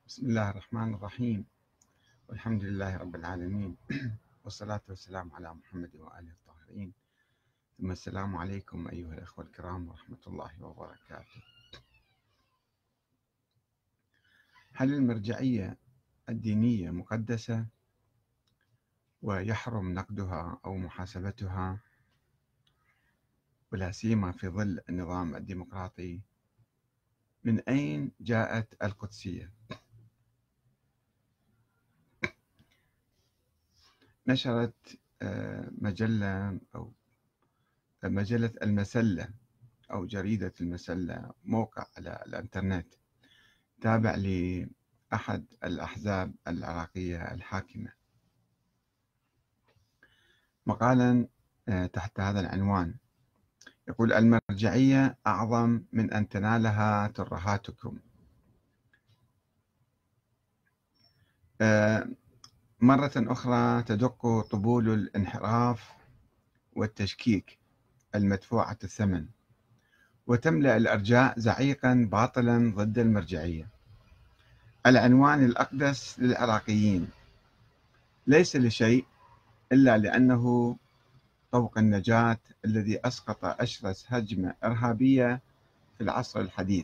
بسم الله الرحمن الرحيم، والحمد لله رب العالمين. والصلاة والسلام على محمد وآله الطاهرين، ثم السلام عليكم أيها الأخوة الكرام ورحمة الله وبركاته. هل المرجعية الدينية مقدسة ويحرم نقدها أو محاسبتها، ولا سيما في ظل النظام الديمقراطي؟ من أين جاءت القدسية؟ نشرت مجلة المسلة أو جريدة المسلة، موقع على الإنترنت تابع لأحد الأحزاب العراقية الحاكمة، مقالا تحت هذا العنوان يقول: المرجعية أعظم من أن تنالها ترهاتكم. مرة أخرى تدق طبول الانحراف والتشكيك المدفوعة الثمن، وتملأ الأرجاء زعيقا باطلا ضد المرجعية، العنوان الأقدس للعراقيين، ليس لشيء إلا لأنه طوق النجاة الذي أسقط أشرس هجمة إرهابية في العصر الحديث.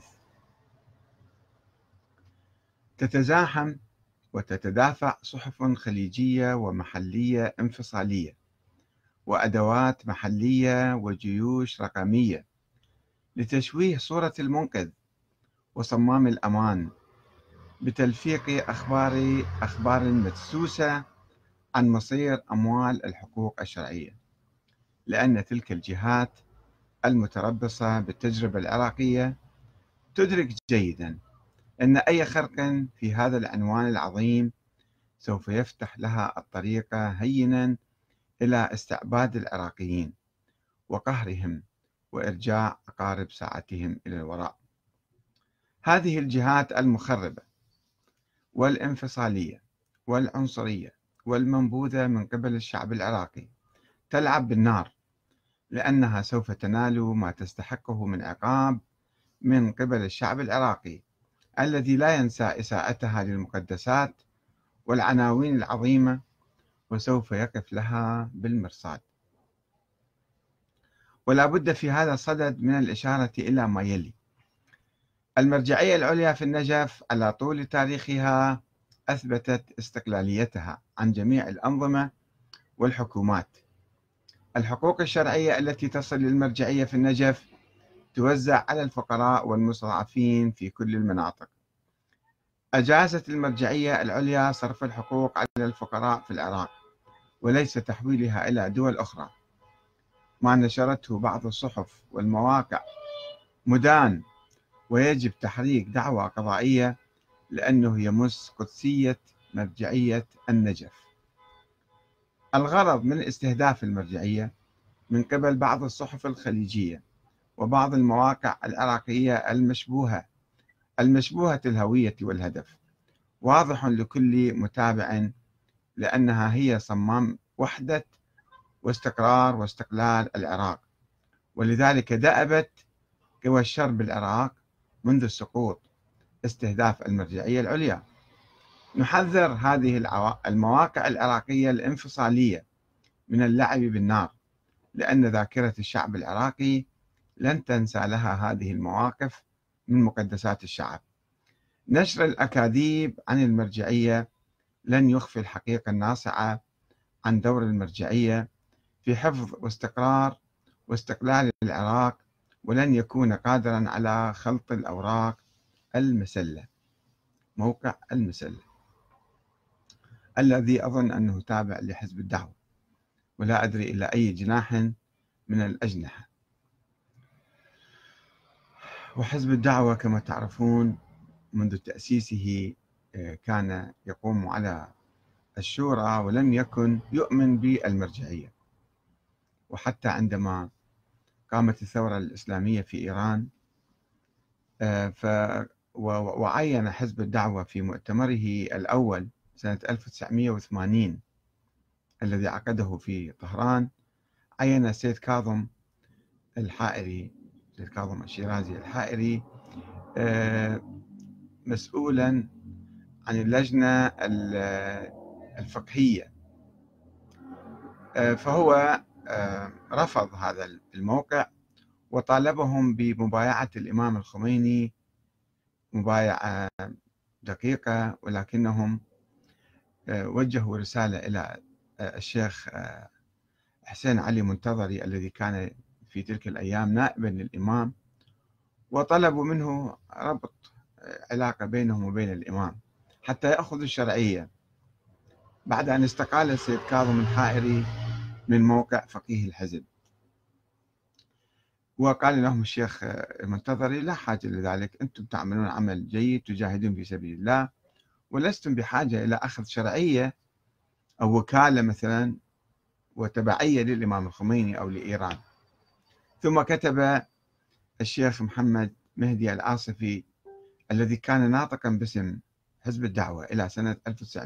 تتزاحم وتتدافع صحف خليجية ومحلية انفصالية وأدوات محلية وجيوش رقمية لتشويه صورة المنقذ وصمام الأمان، بتلفيق أخبار مدسوسة عن مصير أموال الحقوق الشرعية، لأن تلك الجهات المتربصة بالتجربة العراقية تدرك جيدا أن أي خرق في هذا العنوان العظيم سوف يفتح لها الطريق هينا إلى استعباد العراقيين وقهرهم وإرجاع أقارب ساعتهم إلى الوراء. هذه الجهات المخربة والانفصالية والعنصرية والمنبوذة من قبل الشعب العراقي تلعب بالنار، لأنها سوف تنال ما تستحقه من عقاب من قبل الشعب العراقي الذي لا ينسى إساءتها للمقدسات والعناوين العظيمة، وسوف يقف لها بالمرصاد. ولا بد في هذا الصدد من الإشارة إلى ما يلي: المرجعية العليا في النجف على طول تاريخها أثبتت استقلاليتها عن جميع الأنظمة والحكومات. الحقوق الشرعية التي تصل للمرجعية في النجف توزع على الفقراء والمستضعفين في كل المناطق. أجازت المرجعية العليا صرف الحقوق على الفقراء في العراق وليس تحويلها إلى دول أخرى. ما نشرته بعض الصحف والمواقع مدان، ويجب تحريك دعوى قضائية لأنه يمس قدسية مرجعية النجف. الغرض من استهداف المرجعية من قبل بعض الصحف الخليجية وبعض المواقع العراقية المشبوهة الهوية والهدف واضح لكل متابع، لأنها هي صمام وحدة واستقرار واستقلال العراق، ولذلك دأبت قوى الشر بالعراق منذ السقوط استهداف المرجعية العليا. نحذر هذه المواقع العراقية الانفصالية من اللعب بالنار، لأن ذاكرة الشعب العراقي لن تنسى لها هذه المواقف من مقدسات الشعب. نشر الأكاذيب عن المرجعية لن يخفي الحقيقة الناصعة عن دور المرجعية في حفظ واستقرار واستقلال العراق، ولن يكون قادرا على خلط الأوراق. المسلة، موقع المسلة الذي أظن أنه تابع لحزب الدعوة، ولا أدري إلى أي جناح من الأجنحة. وحزب الدعوة كما تعرفون منذ تأسيسه كان يقوم على الشورى ولم يكن يؤمن بالمرجعية. وحتى عندما قامت الثورة الإسلامية في إيران وعين حزب الدعوة في مؤتمره الأول سنة 1980 الذي عقده في طهران، عين السيد كاظم الحائري، السيد كاظم الشيرازي الحائري مسؤولا عن اللجنة الفقهية، فهو رفض هذا الموقع وطالبهم بمبايعة الإمام الخميني مبايعة دقيقة، ولكنهم وجهوا رسالة إلى الشيخ حسين علي منتظري الذي كان في تلك الأيام نائبا للإمام، وطلبوا منه ربط علاقة بينهم وبين الإمام حتى يأخذوا الشرعية بعد أن استقال السيد كاظم الحائري من موقع فقيه الحزب. وقال لهم الشيخ المنتظري: لا حاجة لذلك، أنتم تعملون عمل جيد، تجاهدون في سبيل الله، ولستم بحاجة إلى أخذ شرعية أو وكالة مثلا وتبعية للإمام الخميني أو لإيران. ثم كتب الشيخ محمد مهدي العاصفي الذي كان ناطقا باسم حزب الدعوة إلى سنة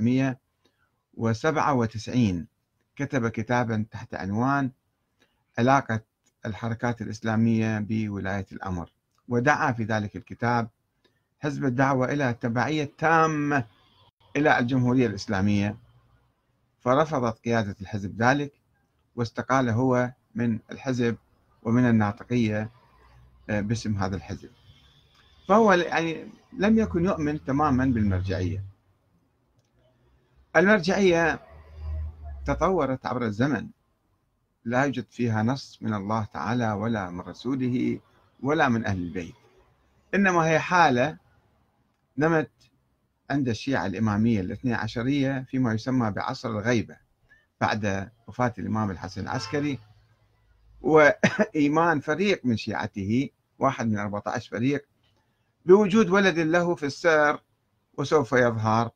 1997، كتب كتابا تحت عنوان علاقة الحركات الإسلامية بولاية الأمر، ودعا في ذلك الكتاب حزب الدعوة إلى تبعية تامة إلى الجمهورية الإسلامية، فرفضت قيادة الحزب ذلك واستقال هو من الحزب ومن الناطقية باسم هذا الحزب. فهو يعني لم يكن يؤمن تماما بالمرجعية. المرجعية تطورت عبر الزمن، لا يوجد فيها نص من الله تعالى ولا من رسوله ولا من أهل البيت، إنما هي حالة نمت عند الشيعة الإمامية الاثني عشرية فيما يسمى بعصر الغيبة بعد وفاة الإمام الحسن العسكري، وإيمان فريق من شيعته، واحد من 14 فريق، بوجود ولد له في السر وسوف يظهر،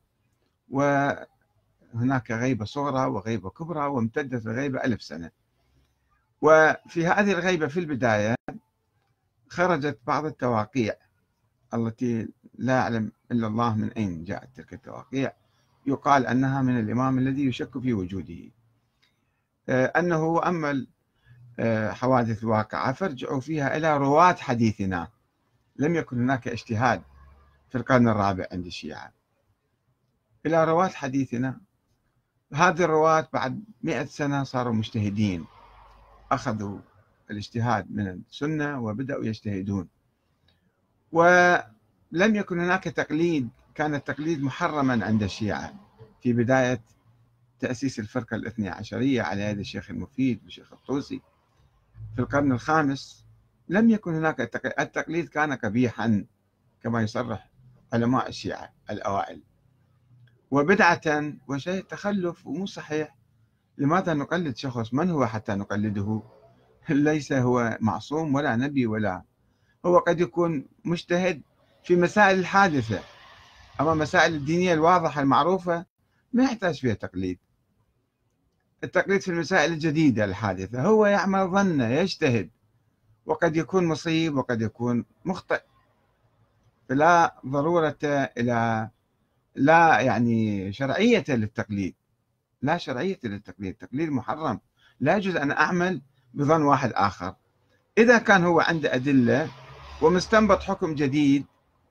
وهناك غيبة صغرى وغيبة كبرى وامتدت الغيبة 1000 سنة. وفي هذه الغيبة في البداية خرجت بعض التواقيع التي لا يعلم إلا الله من أين جاءت تلك التواقيع، يقال أنها من الإمام الذي يشك في وجوده، أنه أما حوادث الواقعة فارجعوا فيها إلى رواة حديثنا. لم يكن هناك اجتهاد في القرن الرابع عند الشيعة، إلى رواة حديثنا. هذه الرواة بعد 100 سنة صاروا مجتهدين، أخذوا الاجتهاد من السنة وبدأوا يجتهدون، ولم يكن هناك تقليد، كان التقليد محرما عند الشيعة في بداية تأسيس الفرقة الاثني عشرية على يد الشيخ المفيد والشيخ الطوسي في القرن الخامس. لم يكن هناك التقليد كان قبيحا كما يصرح علماء الشيعة الأوائل، وبدعة وشيء تخلف ومو صحيح. لماذا نقلد شخص؟ من هو حتى نقلده؟ ليس هو معصوم ولا نبي، ولا هو قد يكون مجتهد في مسائل الحادثة، أما مسائل الدينية الواضحة المعروفة ما يحتاج فيها تقليد. التقليد في المسائل الجديدة الحادثة، هو يعمل ظنه، يجتهد، وقد يكون مصيب وقد يكون مخطئ، فلا ضرورة إلى لا يعني شرعية للتقليد، لا شرعية للتقليد، التقليد محرم، لا يجوز أن أعمل بظن واحد آخر. إذا كان هو عنده أدلة ومستنبط حكم جديد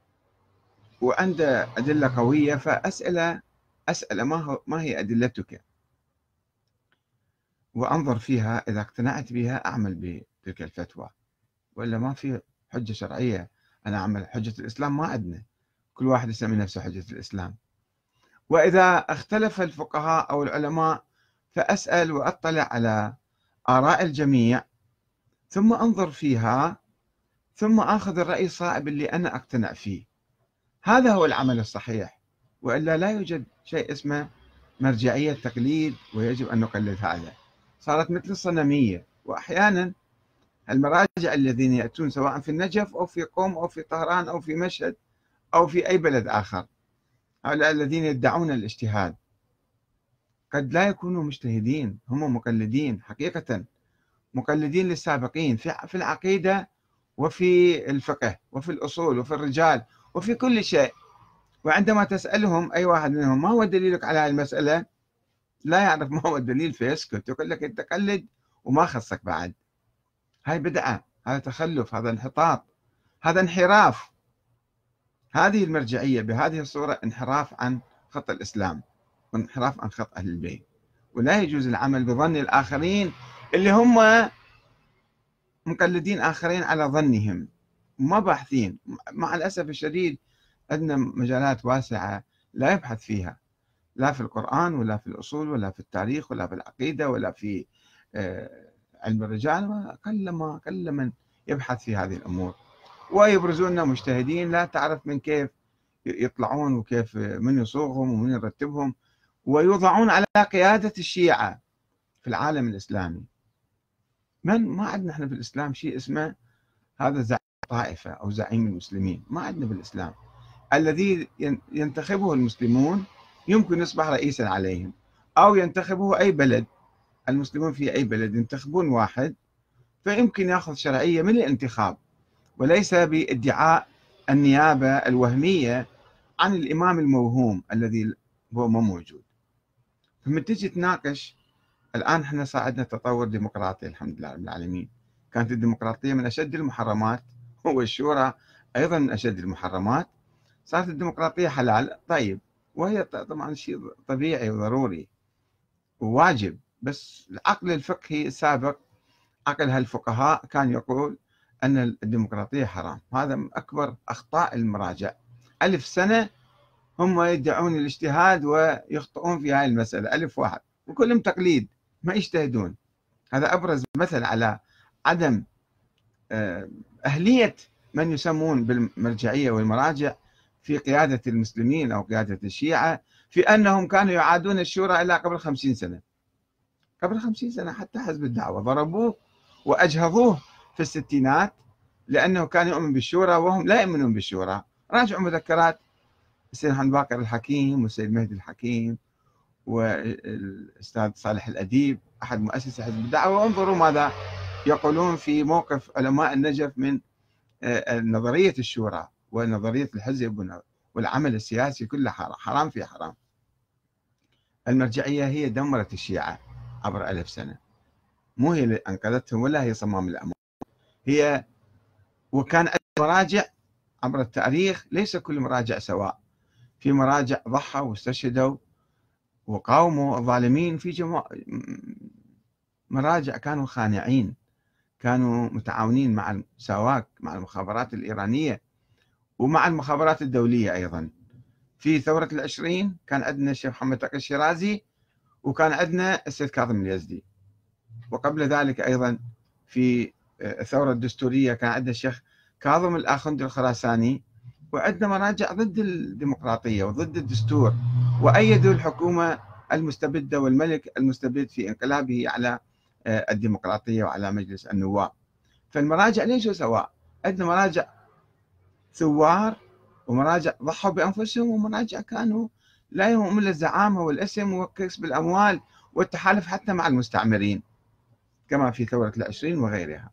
وعنده أدلة قوية، فأسأل ما هي أدلتك، وأنظر فيها، إذا اقتنعت بها أعمل بتلك الفتوى، وإلا ما في حجة شرعية أنا أعمل. حجة الإسلام ما عندنا، كل واحد يسمي نفسه حجة الإسلام. وإذا اختلف الفقهاء أو العلماء فأسأل وأطلع على آراء الجميع، ثم أنظر فيها، ثم آخذ الرأي الصائب اللي أنا أقتنع فيه. هذا هو العمل الصحيح، وإلا لا يوجد شيء اسمه مرجعية تقليد ويجب أن نقلد. هذا صارت مثل الصنمية. وأحيانا المراجع الذين يأتون سواء في النجف أو في قم أو في طهران أو في مشهد أو في أي بلد آخر، هؤلاء الذين يدعون الاجتهاد قد لا يكونوا مجتهدين، هم مقلدين حقيقة، مقلدين للسابقين في العقيدة وفي الفقه وفي الأصول وفي الرجال وفي كل شيء. وعندما تسألهم أي واحد منهم ما هو دليلك على هذه المسألة، لا يعرف ما هو الدليل فيسكت، يقول لك أنت تقلد وما خصك بعد. هاي بدعة، هذا تخلف، هذا انحطاط، هذا انحراف. هذه المرجعية بهذه الصورة انحراف عن خط الإسلام وانحراف عن خط أهل البيت. ولا يجوز العمل بظن الآخرين اللي هم مقلدين آخرين على ظنهم، ما باحثين. مع الأسف الشديد عندنا مجالات واسعة لا يبحث فيها، لا في القرآن ولا في الأصول ولا في التاريخ ولا في العقيدة ولا في علم الرجال. قل من يبحث في هذه الأمور، ويبرزون لنا مجتهدين لا تعرف من كيف يطلعون وكيف من يصوغهم ومن يرتبهم، ويوضعون على قيادة الشيعة في العالم الإسلامي. ما عندنا احنا في الإسلام شيء اسمه هذا زعيم طائفة أو زعيم المسلمين، ما عندنا بالإسلام. الذي ينتخبه المسلمون يمكن يصبح رئيسا عليهم، أو ينتخبه أي بلد. المسلمون في أي بلد ينتخبون واحد فيمكن يأخذ شرعية من الانتخاب، وليس بادعاء النيابة الوهمية عن الإمام الموهوم الذي هو ما موجود. فلما تجي تناقش، الآن احنا صار عندنا تطور ديمقراطي الحمد لله رب العالمين. كانت الديمقراطية من أشد المحرمات، والشورى أيضا من أشد المحرمات. صارت الديمقراطية حلال، طيب، وهي طبعا شيء طبيعي وضروري وواجب. بس العقل الفقهي السابق، عقل هالفقهاء، كان يقول أن الديمقراطية حرام. هذا من أكبر أخطاء المراجع. 1000 سنة هم يدعون الاجتهاد ويخطئون في هاي المسألة، 1000 واحد، وكلهم تقليد، ما يجتهدون. هذا أبرز مثل على عدم أهلية من يسمون بالمرجعية والمراجع في قيادة المسلمين أو قيادة الشيعة، في أنهم كانوا يعادون الشورى إلى قبل 50 سنة. قبل 50 سنة حتى حزب الدعوة ضربوه وأجهضوه في الستينات، لأنه كان يؤمن بالشورى وهم لا يؤمنون بالشورى. راجعوا مذكرات السيد محمد باقر الحكيم والسيد مهدي الحكيم والأستاذ صالح الأديب أحد مؤسسي حزب الدعوة، وانظروا ماذا يقولون في موقف علماء النجف من نظرية الشورى ونظرية الحزب والعمل السياسي. كله حرام في حرام. المرجعية هي دمرت الشيعة عبر 1000 سنة، مو هي اللي أنقذتهم ولا هي صمام الأمر. هي وكان مراجع عبر التاريخ، ليس كل مراجع سواء. في مراجع ضحوا واستشهدوا وقاوموا الظالمين، في مراجع كانوا خانعين، كانوا متعاونين مع السواك، مع المخابرات الإيرانية ومع المخابرات الدولية أيضا. في ثورة العشرين كان عندنا الشيخ محمد تقي الشيرازي، وكان عندنا السيد كاظم اليزدي. وقبل ذلك أيضا في الثورة الدستورية كان عندنا الشيخ كاظم الآخندي الخراساني. وعندنا مراجع ضد الديمقراطية وضد الدستور، وأيدوا الحكومة المستبدة والملك المستبد في انقلابه على الديمقراطية وعلى مجلس النواب. فالمراجع ليسوا سواء. عندنا مراجع ثوار، ومراجع ضحوا بأنفسهم، ومراجع كانوا لا يهمهم إلا الزعامة والاسم وكسب الأموال والتحالف حتى مع المستعمرين، كما في ثورة العشرين وغيرها.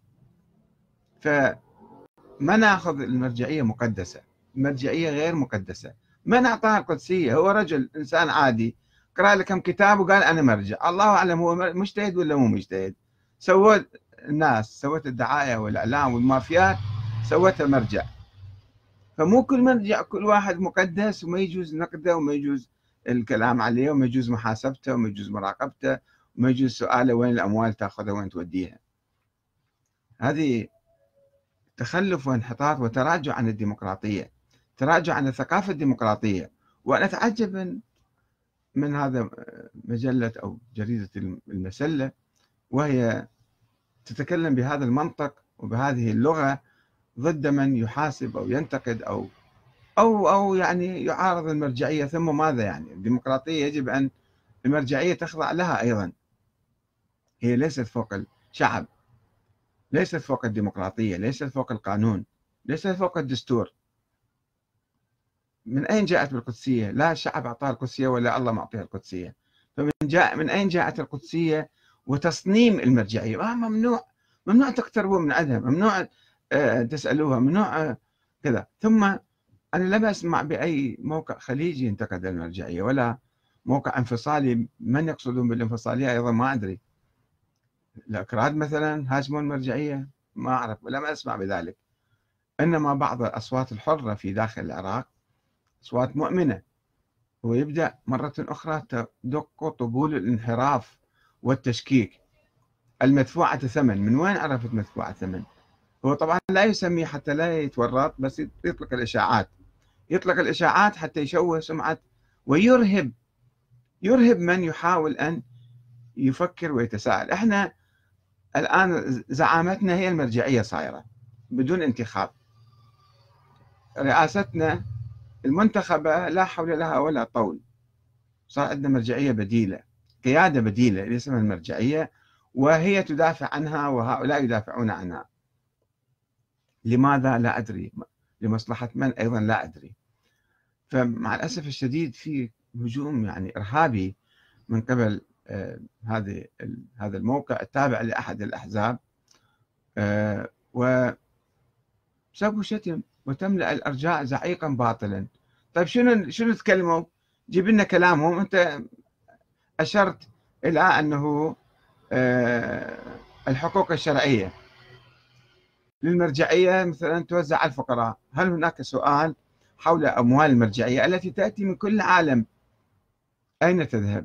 فما نأخذ المرجعية مقدسة، المرجعية غير مقدسة. من أعطاها القدسية؟ هو رجل إنسان عادي قرأ له كم كتاب وقال أنا مرجع. الله أعلم هو مجتهد ولا مو مجتهد. سوت الناس، سوت الدعاية والإعلام والمافيات، سوتها مرجع. فمو كل مرجع كل واحد مقدس وما يجوز نقده وما يجوز الكلام عليه وما يجوز محاسبته وما يجوز مراقبته وما يجوز سؤاله وين الأموال تأخذها وين توديها. هذه تخلف وانحطاط وتراجع عن الديمقراطية، تراجع عن الثقافة الديمقراطية. وأنا أتعجب من هذا مجلة أو جريدة المسلة، وهي تتكلم بهذا المنطق وبهذه اللغة ضد من يحاسب أو ينتقد أو يعني يعارض المرجعية. ثم ماذا يعني؟ الديمقراطية يجب أن المرجعية تخضع لها أيضا. هي ليست فوق الشعب، ليست فوق الديمقراطية، ليست فوق القانون، ليست فوق الدستور. من أين جاءت بالقدسية؟ لا الشعب أعطاها القدسية ولا الله معطيها القدسية. من أين جاءت القدسية وتصنيم المرجعية؟ ممنوع تقتربوا من عندها، ممنوع تسألوها، ممنوع كذا. ثم أنا لم أسمع بأي موقع خليجي ينتقد المرجعية ولا موقع انفصالي. من يقصدون بالانفصالية أيضا ما أدري. الأكراد مثلا هاجمون المرجعية؟ ما أعرف، لم أسمع بذلك. إنما بعض الأصوات الحرة في داخل العراق أصوات مؤمنة ويبدأ مرة أخرى تدق طبول الانحراف والتشكيك. المدفوعة ثمن، من وين عرفت مدفوعة ثمن؟ هو طبعا لا يسمي حتى لا يتورط، بس يطلق الإشاعات، يطلق الإشاعات حتى يشوه سمعة ويرهب، يرهب من يحاول أن يفكر ويتساءل. احنا الآن زعامتنا هي المرجعية صايرة بدون انتخاب، رئاستنا المنتخبة لا حول لها ولا طول، صار عندنا مرجعية بديلة، قيادة بديلة اللي اسمها المرجعية، وهي تدافع عنها وهؤلاء يدافعون عنها. لماذا؟ لا أدري، لمصلحة من أيضا لا أدري. فمع الأسف الشديد في هجوم يعني إرهابي من قبل هذا الموقع التابع لأحد الأحزاب، وسب وشتم وتملأ الأرجاء زعيقا باطلا. طيب شنو تكلموا؟ جيب لنا كلامهم. أنت أشرت إلى أنه الحقوق الشرعية للمرجعية مثلا توزع على الفقراء. هل هناك سؤال حول أموال المرجعية التي تأتي من كل العالم أين تذهب؟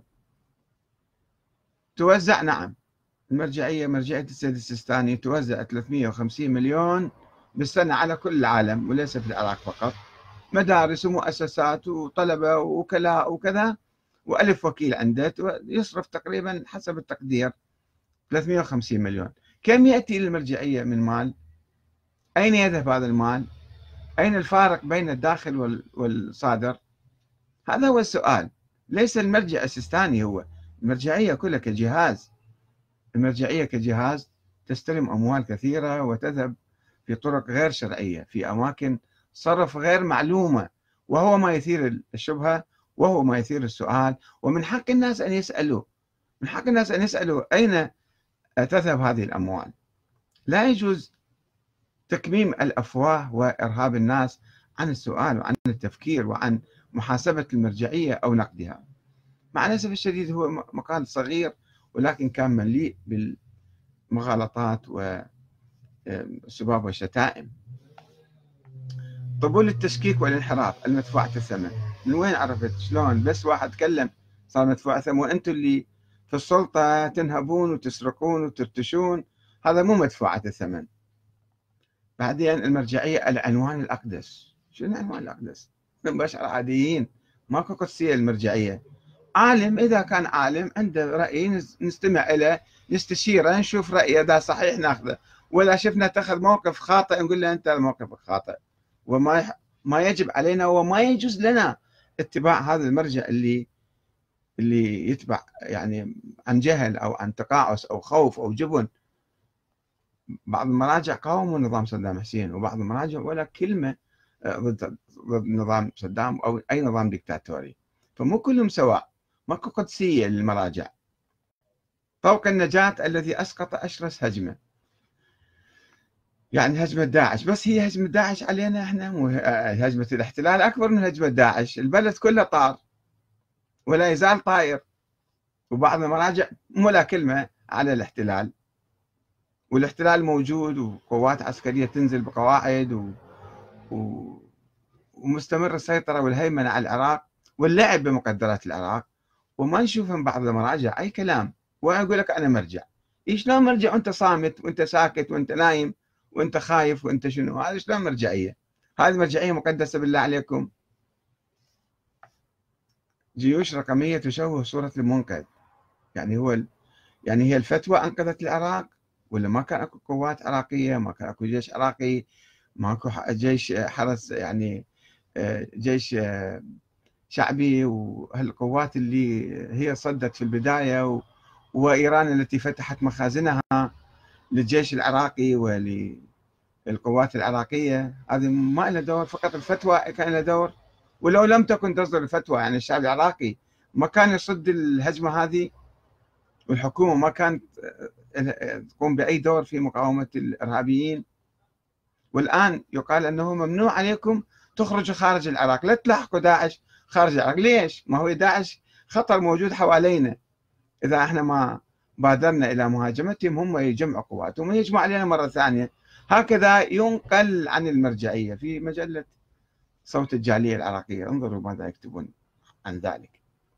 توزع، نعم. المرجعية، مرجعية السيد السيستاني، توزع 350 مليون بالسنة على كل العالم وليس في العراق فقط، مدارس ومؤسسات وطلبة ووكلاء وكذا، وألف وكيل عنده يصرف تقريبا حسب التقدير 350 مليون. كم يأتي للمرجعية من مال؟ أين يذهب هذا المال؟ أين الفارق بين الداخل والصادر؟ هذا هو السؤال. ليس المرجع السيستاني هو المرجعية كلها كجهاز. المرجعية كجهاز تستلم أموال كثيرة وتذهب في طرق غير شرعية في أماكن صرف غير معلومة، وهو ما يثير الشبهة وهو ما يثير السؤال. ومن حق الناس أن يسألوا، من حق الناس أن يسألوا أين تذهب هذه الأموال. لا يجوز تكميم الأفواه وإرهاب الناس عن السؤال وعن التفكير وعن محاسبة المرجعية أو نقدها. مع الأسف الشديد هو مقال صغير ولكن كان مليء بالمغالطات والسباب والشتائم. طبول التشكيك والانحراف، المدفوعة الثمن، من وين عرفت؟ شلون بس واحد تكلم صار مدفوعة ثمن؟ وأنتم اللي في السلطة تنهبون وتسرقون وترتشون، هذا مو مدفوعة الثمن. بعدين المرجعية العنوان الأقدس. شنو العنوان الأقدس؟ من بشر عاديين، ماكو قدسية المرجعية. عالم إذا كان عالم عنده رأي نستمع إليه، نستشيره، نشوف رأيه إذا صحيح ناخذه، ولا شفنا اتخذ موقف خاطئ نقول له أنت موقفك خاطئ. ما يجب علينا وما يجوز لنا اتباع هذا المرجع اللي يتبع يعني عن جهل أو عن تقاعس أو خوف أو جبن. بعض المراجع قاوموا نظام صدام حسين، وبعض المراجع ولا كلمة ضد نظام صدام أو أي نظام ديكتاتوري. فمو كلهم سواء، ماكو قدسية للمراجع. طوق النجاة الذي أسقط أشرس هجمة، يعني هجمة داعش، بس هي هجمة داعش علينا احنا، هجمة الاحتلال أكبر من هجمة داعش. البلد كله طار ولا يزال طائر، وبعض المراجع ولا كلمة على الاحتلال. والاحتلال موجود وقوات عسكرية تنزل بقواعد و... ومستمر السيطرة والهيمنة على العراق واللعب بمقدرات العراق، وما نشوف من بعض المراجع أي كلام. ويقول لك أنا مرجع. شلون مرجع وأنت صامت وأنت ساكت وأنت نايم وأنت خايف وأنت شنو؟ هذا شلون مرجعية؟ هذه مرجعية مقدسة بالله عليكم. جيوش رقمية تشوه صورة المنقذ. يعني يعني هي الفتوى أنقذت العراق، ولا ما كان أكو قوات عراقية؟ ما كان أكو جيش عراقي؟ ماكو جيش حرس يعني جيش شعبي؟ وهالقوات اللي هي صدت في البداية وإيران التي فتحت مخازنها للجيش العراقي وللقوات العراقية، هذه ما لها دور، فقط الفتوى كان لها دور. ولو لم تكن تصدر الفتوى يعني الشعب العراقي ما كان يصد الهجمة هذه، والحكومة ما كانت تقوم بأي دور في مقاومة الإرهابيين. والآن يقال أنه ممنوع عليكم تخرجوا خارج العراق، لا تلاحقوا داعش خارج العراق. ليش؟ ما هو داعش خطر موجود حوالينا، إذا احنا ما بادرنا إلى مهاجمتهم هم يجمعوا قواتهم ويجمعوا علينا مرة ثانية. هكذا ينقل عن المرجعية في مجلة صوت الجالية العراقية، انظروا ماذا يكتبون. عن ذلك.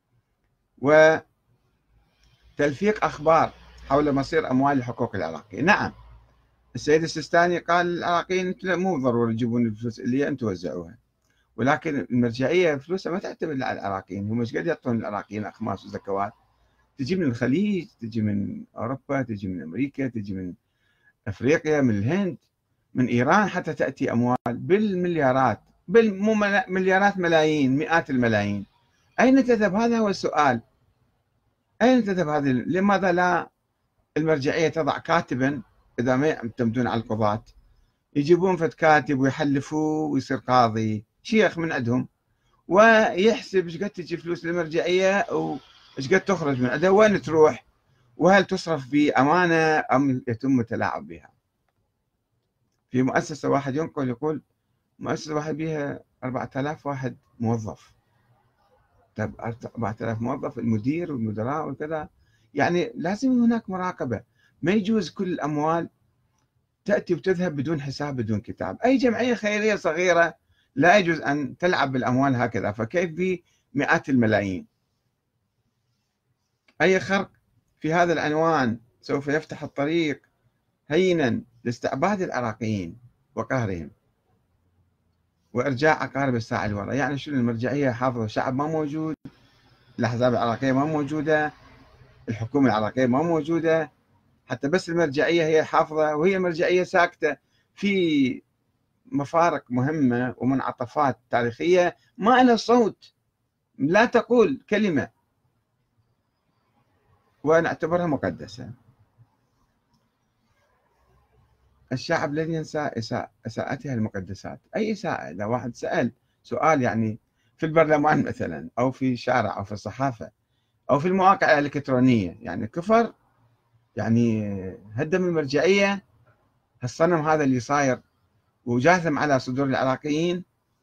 وتلفيق أخبار حول مصير أموال الحقوق العراقية. نعم، السيد السيستاني قال العراقيين مو ضروري تجيبون الفلوس اللي أنتم توزعوها، ولكن المرجعية فلوسها ما تعتمد على العراقيين، هم ايش قد يعطون العراقيين أخماس وزكوات؟ تجي من الخليج، تجي من أوروبا، تجي من أمريكا، تجي من أفريقيا، من الهند، من إيران، حتى تأتي أموال بالمليارات، مو مليارات، ملايين، مئات الملايين. أين تذهب؟ هذا هو السؤال. أين تذهب هذه؟ لماذا لا المرجعية تضع كاتبا إذا ما يعتمدون على القضاة، يجيبون فد كاتب ويحلفوه ويصير قاضي شيخ من عندهم، ويحسب ايش قد تجي فلوس للمرجعية وايش قد تخرج من عندها، وين تروح، وهل تصرف بأمانة أم يتم التلاعب بها. في مؤسسة واحد ينقل يقول مؤسسة واحد بها 4000 واحد موظف. طيب 4000 موظف، المدير والمدراء وكذا، يعني لازم هناك مراقبة. ما يجوز كل الأموال تأتي وتذهب بدون حساب بدون كتاب. أي جمعية خيرية صغيرة لا يجوز أن تلعب بالأموال هكذا، فكيف بمئات الملايين؟ أي خرق في هذا العنوان سوف يفتح الطريق هينا لاستعباد العراقيين وقهرهم وإرجاع عقارب الساعة لورا. يعني شنو؟ المرجعية حافظة الشعب ما موجود، الأحزاب العراقية ما موجودة، الحكومة العراقية ما موجودة، حتى بس المرجعية هي حافظة، وهي المرجعية ساكتة في مفارق مهمة ومنعطفات تاريخية ما لها صوت، لا تقول كلمة، ونعتبرها مقدسة. الشعب لن ينسى إساءتها المقدسات. أي إساءة؟ إذا واحد سأل سؤال يعني في البرلمان مثلا، أو في الشارع، أو في الصحافة، أو في المواقع الإلكترونية، يعني كفر، يعني هدم المرجعية، هالصنم هذا اللي صاير وجاثم على صدور العراقيين.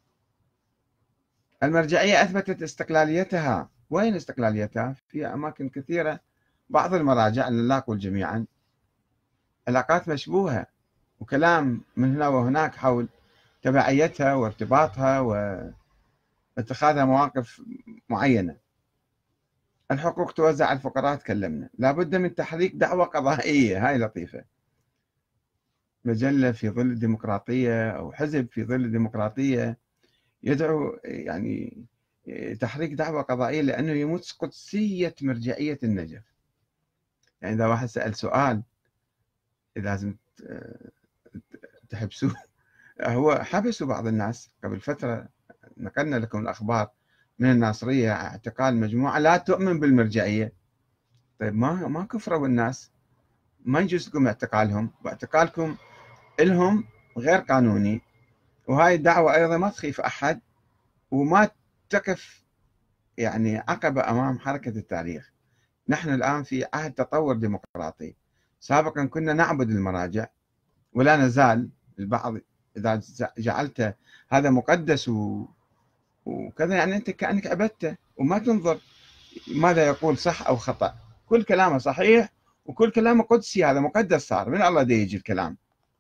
المرجعية أثبتت استقلاليتها. وين استقلاليتها؟ في أماكن كثيرة. بعض المراجع، لا أقول جميعا، علاقات مشبوهة وكلام من هنا وهناك حول تبعيتها وارتباطها واتخاذها مواقف معينة. الحقوق توزع على الفقراء، تكلمنا. لابد من تحريك دعوة قضائية، هاي لطيفة. مجلة في ظل الديمقراطية أو حزب في ظل الديمقراطية يدعو يعني تحريك دعوة قضائية، لأنه يمس قدسية مرجعية النجف. يعني إذا واحد سأل سؤال لازم تحبسوه. هو حبسوا بعض الناس قبل فترة، نقلنا لكم الأخبار من الناصرية، اعتقال مجموعة لا تؤمن بالمرجعية. طيب ما كفروا الناس؟ ما يجوز لكم اعتقالهم، واعتقالكم لهم غير قانوني. وهاي الدعوة أيضا ما تخيف أحد وما تقف يعني عقبة أمام حركة التاريخ. نحن الآن في عهد تطور ديمقراطي. سابقا كنا نعبد المراجع ولا نزال. البعض إذا جعلت هذا مقدس وكذا، يعني أنت كأنك عبدته وما تنظر ماذا يقول صح أو خطأ. كل كلامه صحيح وكل كلامه قدسي، هذا مقدس صار، من الله دا يجي الكلام.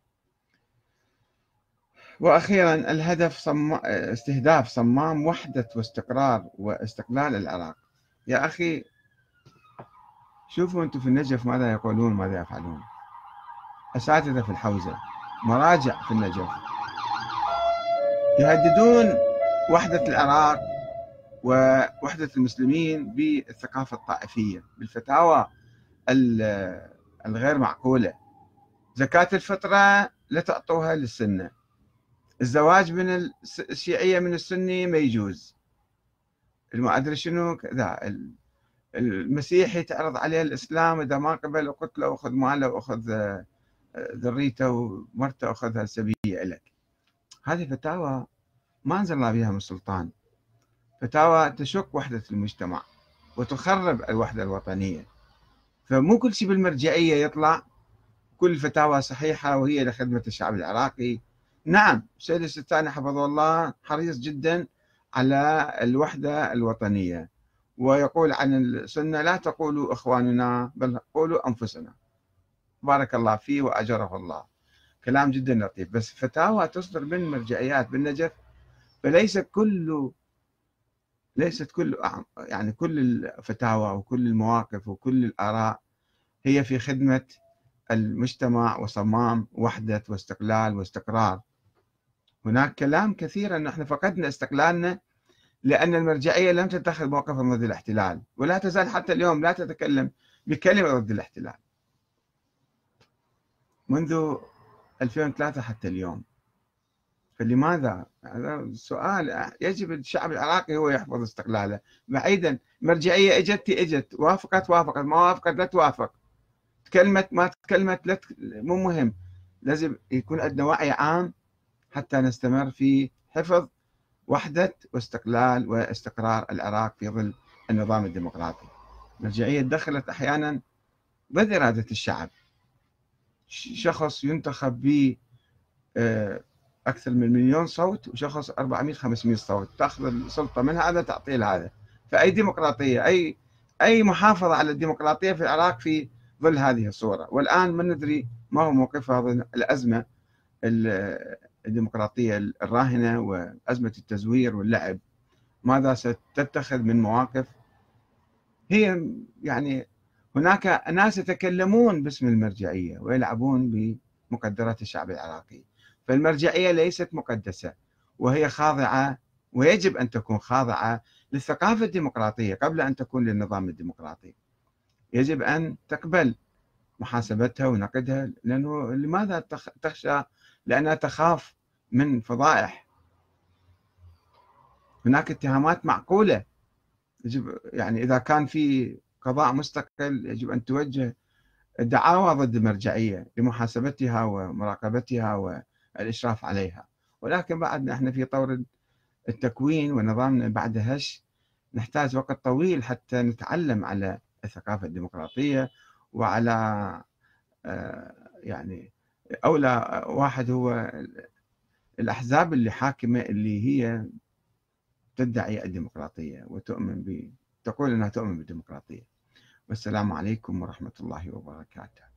وأخيرا الهدف استهداف صمام وحدة واستقرار واستقلال العراق. يا أخي شوفوا أنتم في النجف ماذا يقولون، ماذا يفعلون. أساتذة في الحوزة، مراجع في النجف، يهددون وحدة العراق ووحدة المسلمين بالثقافة الطائفية، بالفتاوى الغير معقولة. زكاة الفطرة لا تعطوها للسنة، الزواج من الشيعية من السني ما يجوز، ما أدري شنو كذا، المسيحي تعرض عليه الإسلام، إذا ما قبل قتله وأخذ ماله وأخذ ذريته ومرته وأخذها سبية لك. هذه فتاوى ما أنزل الله بها من سلطان، فتاوى تشق وحدة المجتمع وتخرب الوحدة الوطنية. فمو كل شيء بالمرجعية يطلع كل فتاوى صحيحة وهي لخدمة الشعب العراقي. نعم، السيد السيستاني حفظه الله حريص جدا على الوحدة الوطنية، ويقول عن السنة لا تقولوا إخواننا بل قولوا أنفسنا. بارك الله فيه وأجره الله، كلام جدا لطيف. بس فتاوى تصدر من مرجعيات بالنجف، فليس كل ليست كل يعني كل الفتاوى وكل المواقف وكل الآراء هي في خدمة المجتمع وصمام وحدة واستقلال واستقرار. هناك كلام كثير أن احنا فقدنا استقلالنا لأن المرجعية لم تتخذ موقفا ضد الاحتلال، ولا تزال حتى اليوم لا تتكلم بكلمة ضد الاحتلال منذ 2003 حتى اليوم. فلماذا؟ هذا سؤال يجب الشعب العراقي هو يحفظ استقلاله. بعيدا مرجعية اجت وافقت ما وافقت لا توافق، تكلمت ما تكلمت لا مو مهم. لازم يكون عندنا وعي عام حتى نستمر في حفظ وحدة واستقلال واستقرار العراق في ظل النظام الديمقراطي. المرجعية دخلت أحيانا ضد إرادة الشعب، شخص ينتخب ب أكثر من 1,000,000 صوت وشخص 400-500 صوت، تأخذ السلطة من هذا تعطيه لهذا. فأي ديمقراطية، أي محافظة على الديمقراطية في العراق في ظل هذه الصورة؟ والآن ما ندري ما هو موقفها ضمن الأزمة الديمقراطية الراهنة وأزمة التزوير واللعب. ماذا ستتخذ من مواقف؟ هي يعني هناك ناس يتكلمون باسم المرجعية ويلعبون بمقدرات الشعب العراقي. فالمرجعية ليست مقدسة، وهي خاضعة ويجب أن تكون خاضعة للثقافة الديمقراطية قبل أن تكون للنظام الديمقراطي. يجب أن تقبل محاسبتها ونقدها، لأنه لماذا تخشى؟ لأنها تخاف من فضائح. هناك اتهامات معقولة، يجب يعني إذا كان في قضاء مستقل يجب أن توجه دعاوى ضد المرجعية لمحاسبتها ومراقبتها والإشراف عليها. ولكن بعد احنا في طور التكوين ونظامنا بعد هش، نحتاج وقت طويل حتى نتعلم على الثقافة الديمقراطية وعلى يعني أولى واحد هو الأحزاب اللي حاكمة اللي هي تدعي الديمقراطية تقول أنها تؤمن بالديمقراطية. والسلام عليكم ورحمة الله وبركاته.